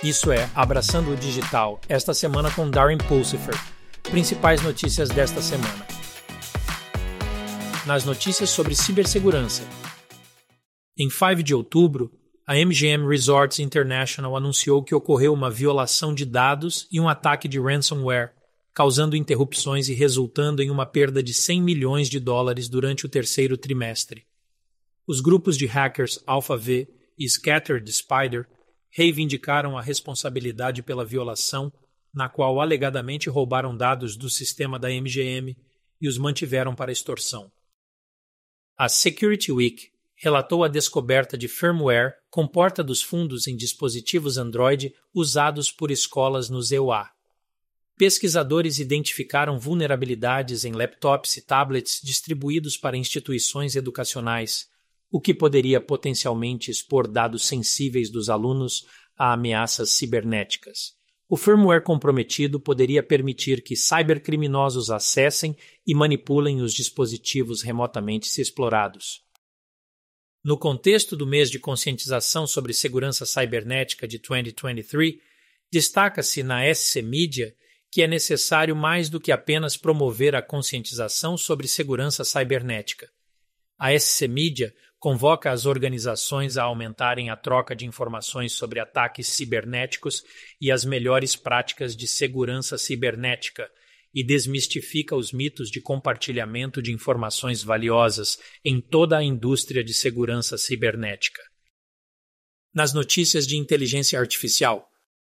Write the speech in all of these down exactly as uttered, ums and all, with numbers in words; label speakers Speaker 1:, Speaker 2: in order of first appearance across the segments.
Speaker 1: Isso é Abraçando o Digital, esta semana com Darren Pulsipher. Principais notícias desta semana. Nas notícias sobre cibersegurança. Em cinco de outubro, a M G M Resorts International anunciou que ocorreu uma violação de dados e um ataque de ransomware, causando interrupções e resultando em uma perda de cem milhões de dólares durante o terceiro trimestre. Os grupos de hackers AlphaV e Scattered Spider reivindicaram a responsabilidade pela violação, na qual alegadamente roubaram dados do sistema da M G M e os mantiveram para extorsão. A Security Week relatou a descoberta de firmware com porta dos fundos em dispositivos Android usados por escolas no Z U A. Pesquisadores identificaram vulnerabilidades em laptops e tablets distribuídos para instituições educacionais, o que poderia potencialmente expor dados sensíveis dos alunos a ameaças cibernéticas. O firmware comprometido poderia permitir que cybercriminosos acessem e manipulem os dispositivos remotamente se explorados. No contexto do mês de conscientização sobre segurança cibernética de dois mil e vinte e três, destaca-se na S C Media que é necessário mais do que apenas promover a conscientização sobre segurança cibernética. A S C Media convoca as organizações a aumentarem a troca de informações sobre ataques cibernéticos e as melhores práticas de segurança cibernética e desmistifica os mitos de compartilhamento de informações valiosas em toda a indústria de segurança cibernética. Nas notícias de inteligência artificial.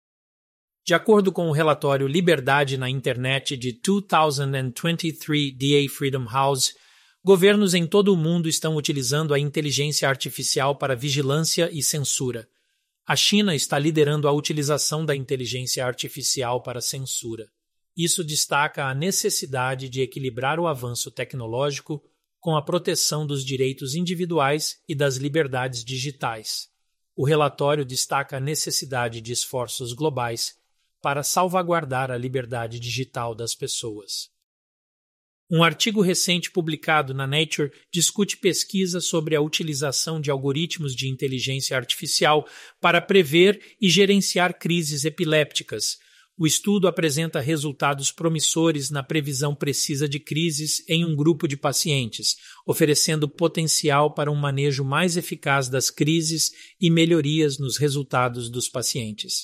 Speaker 1: De acordo com o relatório Liberdade na Internet de dois mil e vinte e três D A Freedom House, governos em todo o mundo estão utilizando a inteligência artificial para vigilância e censura. A China está liderando a utilização da inteligência artificial para censura. Isso destaca a necessidade de equilibrar o avanço tecnológico com a proteção dos direitos individuais e das liberdades digitais. O relatório destaca a necessidade de esforços globais para salvaguardar a liberdade digital das pessoas. Um artigo recente publicado na Nature discute pesquisa sobre a utilização de algoritmos de inteligência artificial para prever e gerenciar crises epilépticas. O estudo apresenta resultados promissores na previsão precisa de crises em um grupo de pacientes, oferecendo potencial para um manejo mais eficaz das crises e melhorias nos resultados dos pacientes.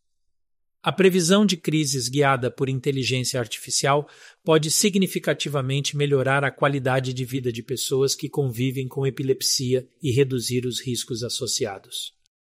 Speaker 1: A previsão de crises guiada por inteligência artificial pode significativamente melhorar a qualidade de vida de pessoas que convivem com epilepsia e reduzir os riscos associados.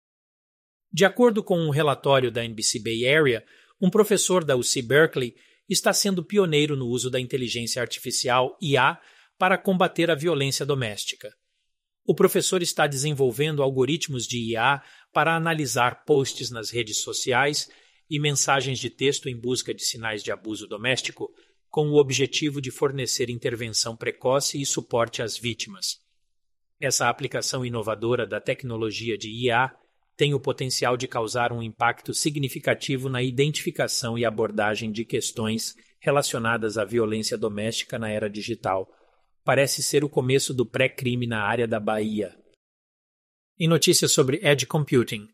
Speaker 1: De acordo com um relatório da N B C Bay Area, um professor da U C Berkeley está sendo pioneiro no uso da inteligência artificial I A para combater a violência doméstica. O professor está desenvolvendo algoritmos de I A para analisar posts nas redes sociais e mensagens de texto em busca de sinais de abuso doméstico, com o objetivo de fornecer intervenção precoce e suporte às vítimas. Essa aplicação inovadora da tecnologia de I A tem o potencial de causar um impacto significativo na identificação e abordagem de questões relacionadas à violência doméstica na era digital. Parece ser o começo do pré-crime na área da Bahia. Em notícias sobre Edge Computing.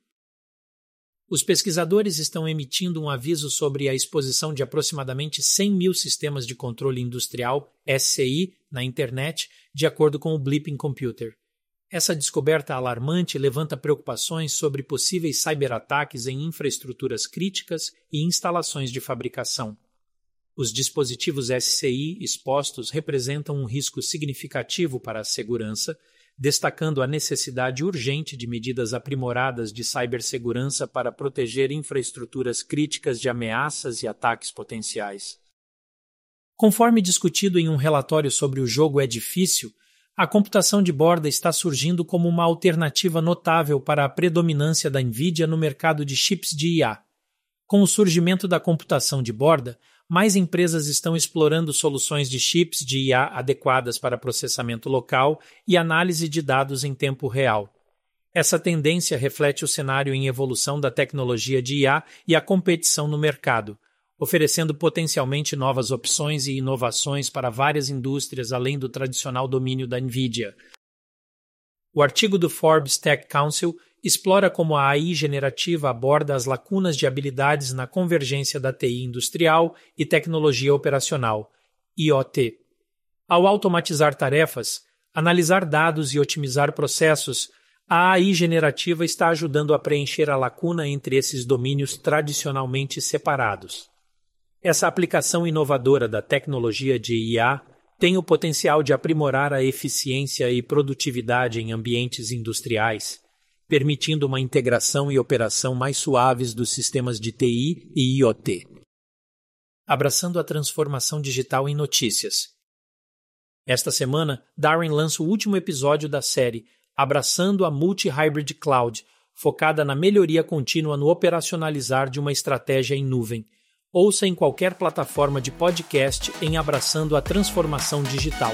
Speaker 1: Os pesquisadores estão emitindo um aviso sobre a exposição de aproximadamente cem mil sistemas de controle industrial S C I na internet, de acordo com o Blipping Computer. Essa descoberta alarmante levanta preocupações sobre possíveis cyberataques em infraestruturas críticas e instalações de fabricação. Os dispositivos S C I expostos representam um risco significativo para a segurança, destacando a necessidade urgente de medidas aprimoradas de cibersegurança para proteger infraestruturas críticas de ameaças e ataques potenciais. Conforme discutido em um relatório sobre o jogo É Difícil, a computação de borda está surgindo como uma alternativa notável para a predominância da NVIDIA no mercado de chips de I A. Com o surgimento da computação de borda, mais empresas estão explorando soluções de chips de I A adequadas para processamento local e análise de dados em tempo real. Essa tendência reflete o cenário em evolução da tecnologia de I A e a competição no mercado, oferecendo potencialmente novas opções e inovações para várias indústrias além do tradicional domínio da NVIDIA. O artigo do Forbes Tech Council explora como a A I generativa aborda as lacunas de habilidades na convergência da T I industrial e tecnologia operacional, I O T. Ao automatizar tarefas, analisar dados e otimizar processos, a A I generativa está ajudando a preencher a lacuna entre esses domínios tradicionalmente separados. Essa aplicação inovadora da tecnologia de I A tem o potencial de aprimorar a eficiência e produtividade em ambientes industriais, permitindo uma integração e operação mais suaves dos sistemas de T I e I O T. Abraçando a transformação digital em notícias. Esta semana, Darren lança o último episódio da série Abraçando a Multi-Hybrid Cloud, focada na melhoria contínua no operacionalizar de uma estratégia em nuvem. Ouça em qualquer plataforma de podcast em Abraçando a Transformação Digital.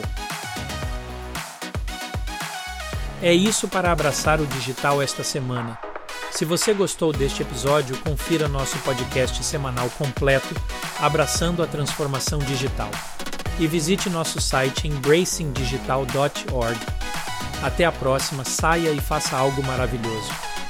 Speaker 1: É isso para abraçar o digital esta semana. Se você gostou deste episódio, confira nosso podcast semanal completo, Abraçando a Transformação Digital. E visite nosso site embracing digital ponto org. Até a próxima, saia e faça algo maravilhoso.